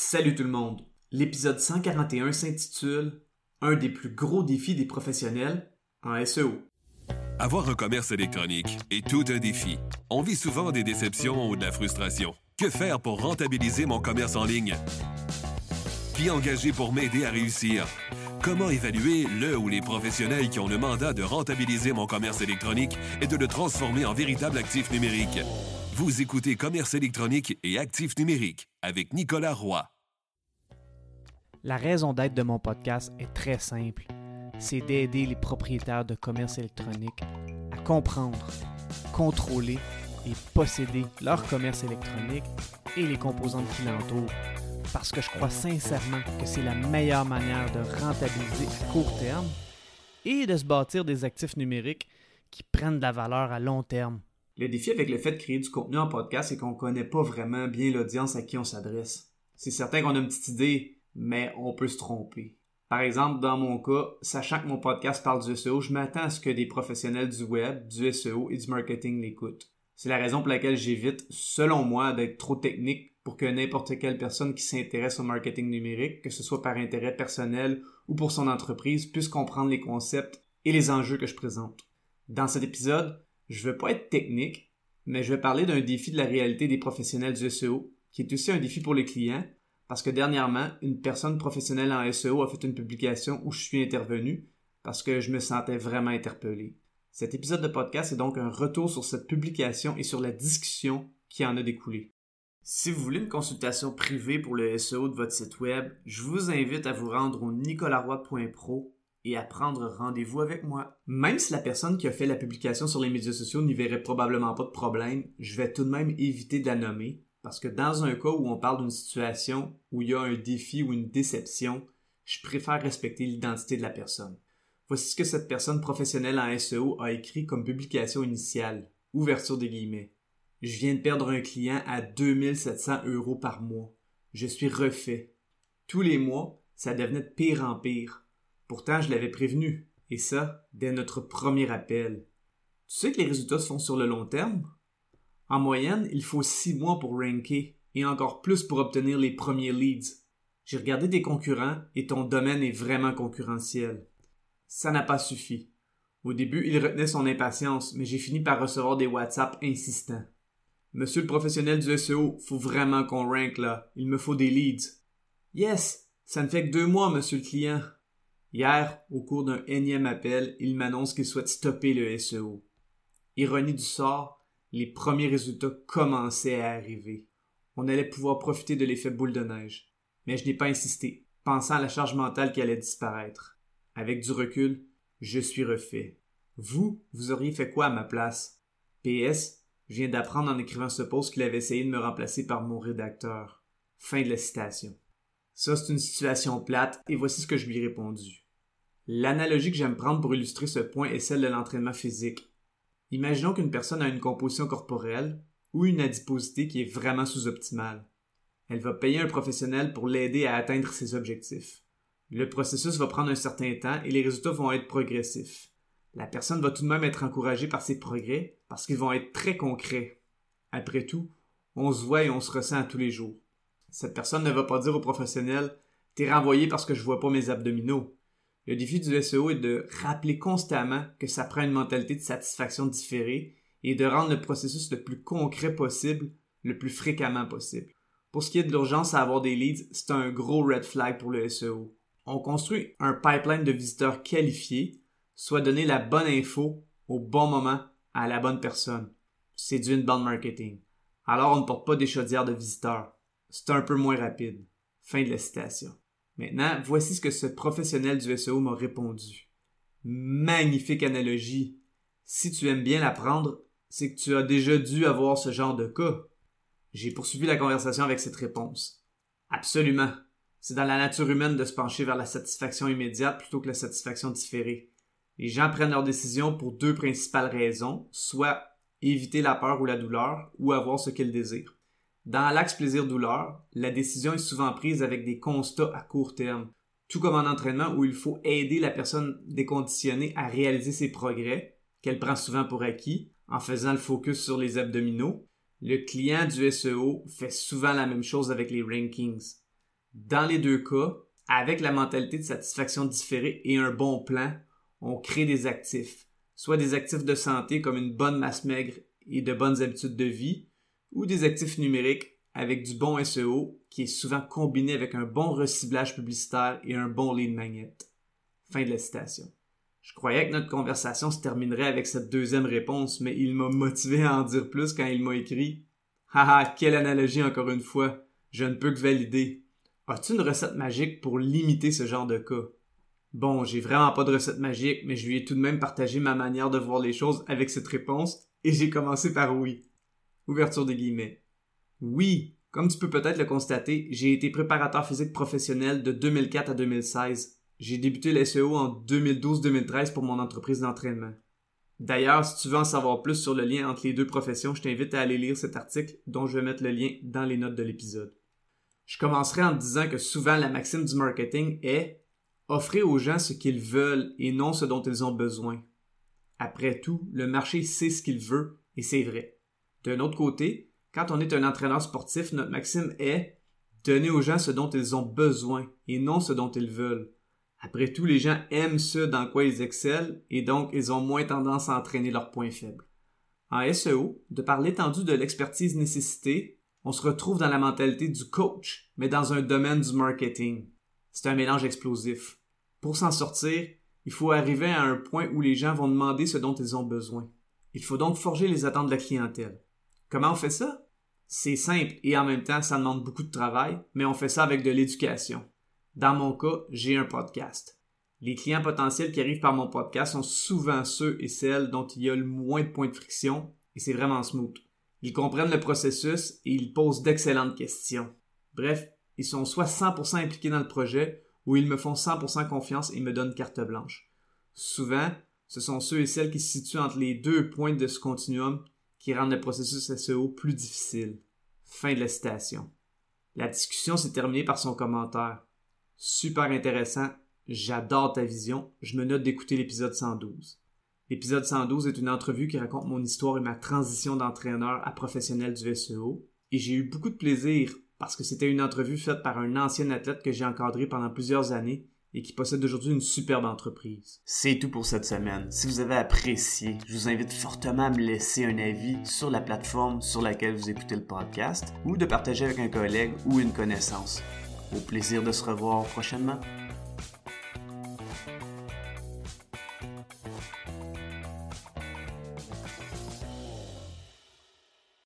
Salut tout le monde! L'épisode 141 s'intitule « Un des plus gros défis des professionnels en SEO ». Avoir un commerce électronique est tout un défi. On vit souvent des déceptions ou de la frustration. Que faire pour rentabiliser mon commerce en ligne? Qui engager pour m'aider à réussir? Comment évaluer le ou les professionnels qui ont le mandat de rentabiliser mon commerce électronique et de le transformer en véritable actif numérique? Vous écoutez Commerce électronique et actif numérique avec Nicolas Roy. La raison d'être de mon podcast est très simple. C'est d'aider les propriétaires de commerce électronique à comprendre, contrôler et posséder leur commerce électronique et les composantes qui l'entourent. Parce que je crois sincèrement que c'est la meilleure manière de rentabiliser à court terme et de se bâtir des actifs numériques qui prennent de la valeur à long terme. Le défi avec le fait de créer du contenu en podcast, c'est qu'on ne connaît pas vraiment bien l'audience à qui on s'adresse. C'est certain qu'on a une petite idée, mais on peut se tromper. Par exemple, dans mon cas, sachant que mon podcast parle du SEO, je m'attends à ce que des professionnels du web, du SEO et du marketing l'écoutent. C'est la raison pour laquelle j'évite, selon moi, d'être trop technique pour que n'importe quelle personne qui s'intéresse au marketing numérique, que ce soit par intérêt personnel ou pour son entreprise, puisse comprendre les concepts et les enjeux que je présente. Dans cet épisode, je ne veux pas être technique, mais je vais parler d'un défi de la réalité des professionnels du SEO, qui est aussi un défi pour les clients, parce que dernièrement, une personne professionnelle en SEO a fait une publication où je suis intervenu, parce que je me sentais vraiment interpellé. Cet épisode de podcast est donc un retour sur cette publication et sur la discussion qui en a découlé. Si vous voulez une consultation privée pour le SEO de votre site web, je vous invite à vous rendre au nicolaroy.pro et à prendre rendez-vous avec moi. Même si la personne qui a fait la publication sur les médias sociaux n'y verrait probablement pas de problème, je vais tout de même éviter de la nommer, parce que dans un cas où on parle d'une situation où il y a un défi ou une déception, je préfère respecter l'identité de la personne. Voici ce que cette personne professionnelle en SEO a écrit comme publication initiale. Ouverture des guillemets. Je viens de perdre un client à 2700 € par mois. Je suis refait. Tous les mois, ça devenait de pire en pire. Pourtant, je l'avais prévenu. Et ça, dès notre premier appel. Tu sais que les résultats se font sur le long terme? En moyenne, il faut 6 mois pour ranker et encore plus pour obtenir les premiers leads. J'ai regardé tes concurrents et ton domaine est vraiment concurrentiel. Ça n'a pas suffi. Au début, il retenait son impatience, mais j'ai fini par recevoir des WhatsApp insistants. Monsieur le professionnel du SEO, faut vraiment qu'on rank là. Il me faut des leads. Yes, ça ne fait que 2 mois, monsieur le client. Hier, au cours d'un énième appel, il m'annonce qu'il souhaite stopper le SEO. Ironie du sort, les premiers résultats commençaient à arriver. On allait pouvoir profiter de l'effet boule de neige. Mais je n'ai pas insisté, pensant à la charge mentale qui allait disparaître. Avec du recul, je suis refait. Vous auriez fait quoi à ma place? PS, je viens d'apprendre en écrivant ce post qu'il avait essayé de me remplacer par mon rédacteur. Fin de la citation. Ça, c'est une situation plate, et voici ce que je lui ai répondu. L'analogie que j'aime prendre pour illustrer ce point est celle de l'entraînement physique. Imaginons qu'une personne a une composition corporelle ou une adiposité qui est vraiment sous-optimale. Elle va payer un professionnel pour l'aider à atteindre ses objectifs. Le processus va prendre un certain temps et les résultats vont être progressifs. La personne va tout de même être encouragée par ses progrès parce qu'ils vont être très concrets. Après tout, on se voit et on se ressent à tous les jours. Cette personne ne va pas dire au professionnel « T'es renvoyé parce que je vois pas mes abdominaux ». Le défi du SEO est de rappeler constamment que ça prend une mentalité de satisfaction différée et de rendre le processus le plus concret possible, le plus fréquemment possible. Pour ce qui est de l'urgence à avoir des leads, c'est un gros red flag pour le SEO. On construit un pipeline de visiteurs qualifiés, soit donner la bonne info au bon moment à la bonne personne. C'est du inbound marketing. Alors on ne porte pas des chaudières de visiteurs. C'est un peu moins rapide. Fin de la citation. Maintenant, voici ce que ce professionnel du SEO m'a répondu. Magnifique analogie. Si tu aimes bien l'apprendre, c'est que tu as déjà dû avoir ce genre de cas. J'ai poursuivi la conversation avec cette réponse. Absolument. C'est dans la nature humaine de se pencher vers la satisfaction immédiate plutôt que la satisfaction différée. Les gens prennent leurs décisions pour 2 principales raisons, soit éviter la peur ou la douleur, ou avoir ce qu'ils désirent. Dans l'axe plaisir-douleur, la décision est souvent prise avec des constats à court terme, tout comme en entraînement où il faut aider la personne déconditionnée à réaliser ses progrès, qu'elle prend souvent pour acquis, en faisant le focus sur les abdominaux. Le client du SEO fait souvent la même chose avec les rankings. Dans les deux cas, avec la mentalité de satisfaction différée et un bon plan, on crée des actifs, soit des actifs de santé comme une bonne masse maigre et de bonnes habitudes de vie, ou des actifs numériques avec du bon SEO qui est souvent combiné avec un bon reciblage publicitaire et un bon lead magnet. Fin de la citation. Je croyais que notre conversation se terminerait avec cette deuxième réponse, mais il m'a motivé à en dire plus quand il m'a écrit « Haha, quelle analogie encore une fois, je ne peux que valider. As-tu une recette magique pour limiter ce genre de cas? » Bon, j'ai vraiment pas de recette magique, mais je lui ai tout de même partagé ma manière de voir les choses avec cette réponse, et j'ai commencé par oui. Ouverture des guillemets. Oui, comme tu peux peut-être le constater, j'ai été préparateur physique professionnel de 2004 à 2016. J'ai débuté le SEO en 2012-2013 pour mon entreprise d'entraînement. D'ailleurs, si tu veux en savoir plus sur le lien entre les deux professions, je t'invite à aller lire cet article dont je vais mettre le lien dans les notes de l'épisode. Je commencerai en te disant que souvent la maxime du marketing est « offrir aux gens ce qu'ils veulent et non ce dont ils ont besoin ». Après tout, le marché sait ce qu'il veut et c'est vrai. D'un autre côté, quand on est un entraîneur sportif, notre maxime est « donner aux gens ce dont ils ont besoin et non ce dont ils veulent ». Après tout, les gens aiment ce dans quoi ils excellent et donc ils ont moins tendance à entraîner leurs points faibles. En SEO, de par l'étendue de l'expertise nécessitée, on se retrouve dans la mentalité du coach, mais dans un domaine du marketing. C'est un mélange explosif. Pour s'en sortir, il faut arriver à un point où les gens vont demander ce dont ils ont besoin. Il faut donc forger les attentes de la clientèle. Comment on fait ça? C'est simple et en même temps, ça demande beaucoup de travail, mais on fait ça avec de l'éducation. Dans mon cas, j'ai un podcast. Les clients potentiels qui arrivent par mon podcast sont souvent ceux et celles dont il y a le moins de points de friction et c'est vraiment smooth. Ils comprennent le processus et ils posent d'excellentes questions. Bref, ils sont soit 100% impliqués dans le projet ou ils me font 100% confiance et me donnent carte blanche. Souvent, ce sont ceux et celles qui se situent entre les deux pointes de ce continuum qui rendent le processus SEO plus difficile. Fin de la citation. La discussion s'est terminée par son commentaire. Super intéressant, j'adore ta vision, je me note d'écouter l'épisode 112. L'épisode 112 est une entrevue qui raconte mon histoire et ma transition d'entraîneur à professionnel du SEO, et j'ai eu beaucoup de plaisir parce que c'était une entrevue faite par un ancien athlète que j'ai encadré pendant plusieurs années et qui possède aujourd'hui une superbe entreprise. C'est tout pour cette semaine. Si vous avez apprécié, je vous invite fortement à me laisser un avis sur la plateforme sur laquelle vous écoutez le podcast ou de partager avec un collègue ou une connaissance. Au plaisir de se revoir prochainement.